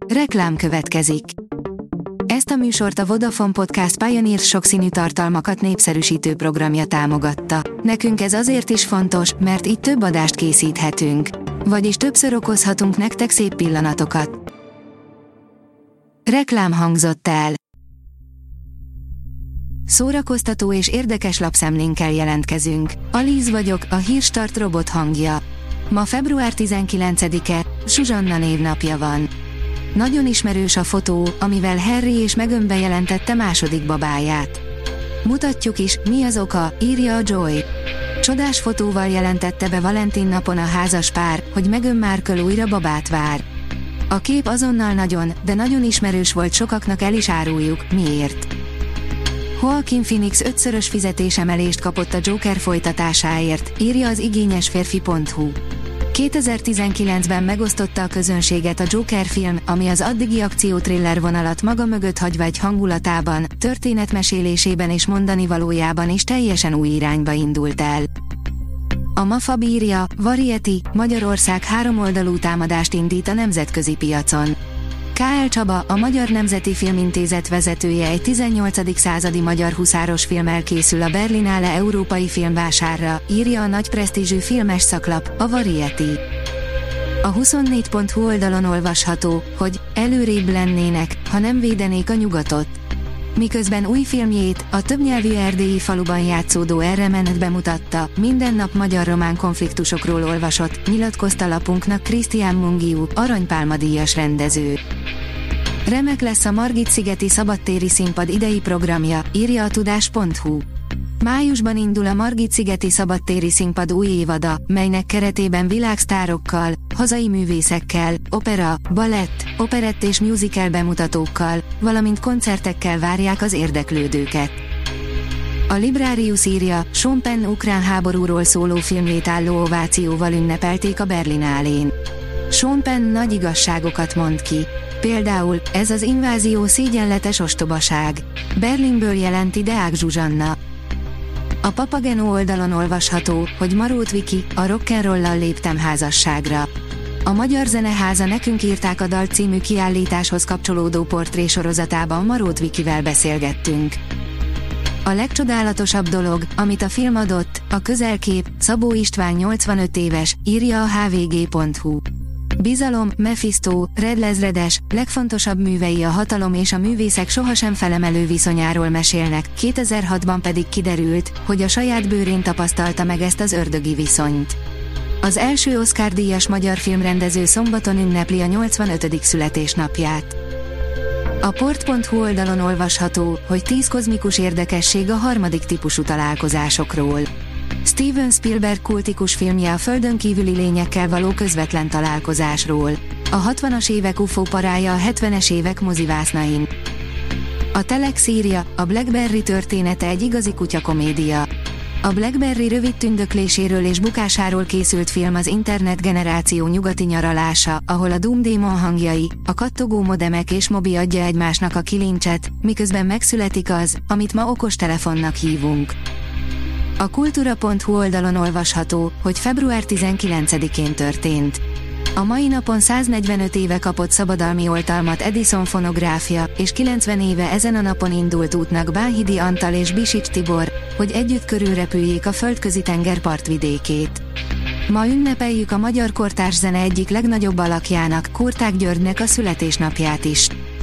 Reklám következik. Ezt a műsort a Vodafone Podcast Pioneer sokszínű tartalmakat népszerűsítő programja támogatta. Nekünk ez azért is fontos, mert így több adást készíthetünk. Vagyis többször okozhatunk nektek szép pillanatokat. Reklám hangzott el. Szórakoztató és érdekes lapszemlénkkel jelentkezünk. Alíz vagyok, a Hírstart robot hangja. Ma február 19-e, Zsuzsanna névnapja van. Nagyon ismerős a fotó, amivel Harry és Meghan bejelentette második babáját. Mutatjuk is, mi az oka, írja a Joy. Csodás fotóval jelentette be Valentin napon a házas pár, hogy Meghan Markle újra babát vár. A kép azonnal de nagyon ismerős volt sokaknak, el is áruljuk, miért. Joaquin Phoenix 5-szörös fizetésemelést kapott a Joker folytatásáért, írja az igényesférfi.hu. 2019-ben megosztotta a közönséget a Joker film, ami az addigi akcióthriller vonalat maga mögött hagyva egy hangulatában, történetmesélésében és mondanivalójában is teljesen új irányba indult el. A Mafab írja, Variety, Magyarország háromoldalú támadást indít a nemzetközi piacon. K.L. Csaba, a Magyar Nemzeti Filmintézet vezetője egy 18. századi magyar huszáros filmmel készül a Berlinale európai filmvásárra, írja a nagy presztízsű filmes szaklap, a Variety. A 24.hu oldalon olvasható, hogy előrébb lennének, ha nem védenék a nyugatot. Miközben új filmjét, a többnyelvű erdélyi faluban játszódó Erremenet bemutatta, minden nap magyar-román konfliktusokról olvasott, nyilatkozta lapunknak Krisztián Mungiu, Aranypálma-díjas rendező. Remek lesz a Margit-szigeti szabadtéri színpad idei programja, írja a tudás.hu. Májusban indul a Margit-szigeti szabadtéri színpad új évada, melynek keretében világsztárokkal, hazai művészekkel, opera, balett, operett és musical bemutatókkal, valamint koncertekkel várják az érdeklődőket. A Librarius írja, Sean Penn ukrán háborúról szóló filmjét álló ovációval ünnepelték a Berlinálén. Sean Penn nagy igazságokat mond ki. Például, ez az invázió szégyenletes ostobaság. Berlinből jelenti Deák Zsuzsanna. A Papageno oldalon olvasható, hogy Marót Viki, a rock'n'rollal léptem házasságra. A Magyar Zeneháza Nekünk írták a dalt című kiállításhoz kapcsolódó portrésorozatában Marót Vikivel beszélgettünk. A legcsodálatosabb dolog, amit a film adott, a közelkép, Szabó István 85 éves, írja a hvg.hu. Bizalom, Mephisto, Redlezredes, legfontosabb művei a hatalom és a művészek sohasem felemelő viszonyáról mesélnek, 2006-ban pedig kiderült, hogy a saját bőrén tapasztalta meg ezt az ördögi viszonyt. Az első Oscar-díjas magyar filmrendező szombaton ünnepli a 85. születésnapját. A port.hu oldalon olvasható, hogy 10 kozmikus érdekesség a harmadik típusú találkozásokról. Steven Spielberg kultikus filmje a földön kívüli lényekkel való közvetlen találkozásról. A 60-as évek UFO parája a 70-es évek mozivásznain. A Telex írja, a BlackBerry története egy igazi kutyakomédia. A BlackBerry rövid tündökléséről és bukásáról készült film az internet generáció nyugati nyaralása, ahol a Doom démon hangjai, a kattogó modemek és Mobi adja egymásnak a kilincset, miközben megszületik az, amit ma okostelefonnak hívunk. A kultúra.hu oldalon olvasható, hogy február 19-én történt. A mai napon 145 éve kapott szabadalmi oltalmat Edison fonográfja, és 90 éve ezen a napon indult útnak Bánhidi Antal és Bisics Tibor, hogy együtt körülrepüljék a földközi tenger partvidékét. Ma ünnepeljük a magyar kortárs zene egyik legnagyobb alakjának, Kurták Györgynek a születésnapját is.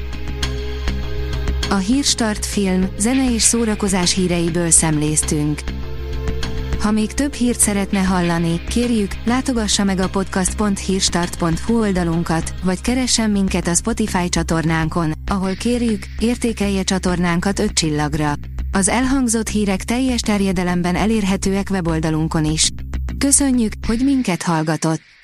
A Hírstart film, zene és szórakozás híreiből szemléztünk. Ha még több hírt szeretne hallani, kérjük, látogassa meg a podcast.hírstart.hu oldalunkat, vagy keressen minket a Spotify csatornánkon, ahol kérjük, értékelje csatornánkat 5 csillagra. Az elhangzott hírek teljes terjedelemben elérhetőek weboldalunkon is. Köszönjük, hogy minket hallgatott!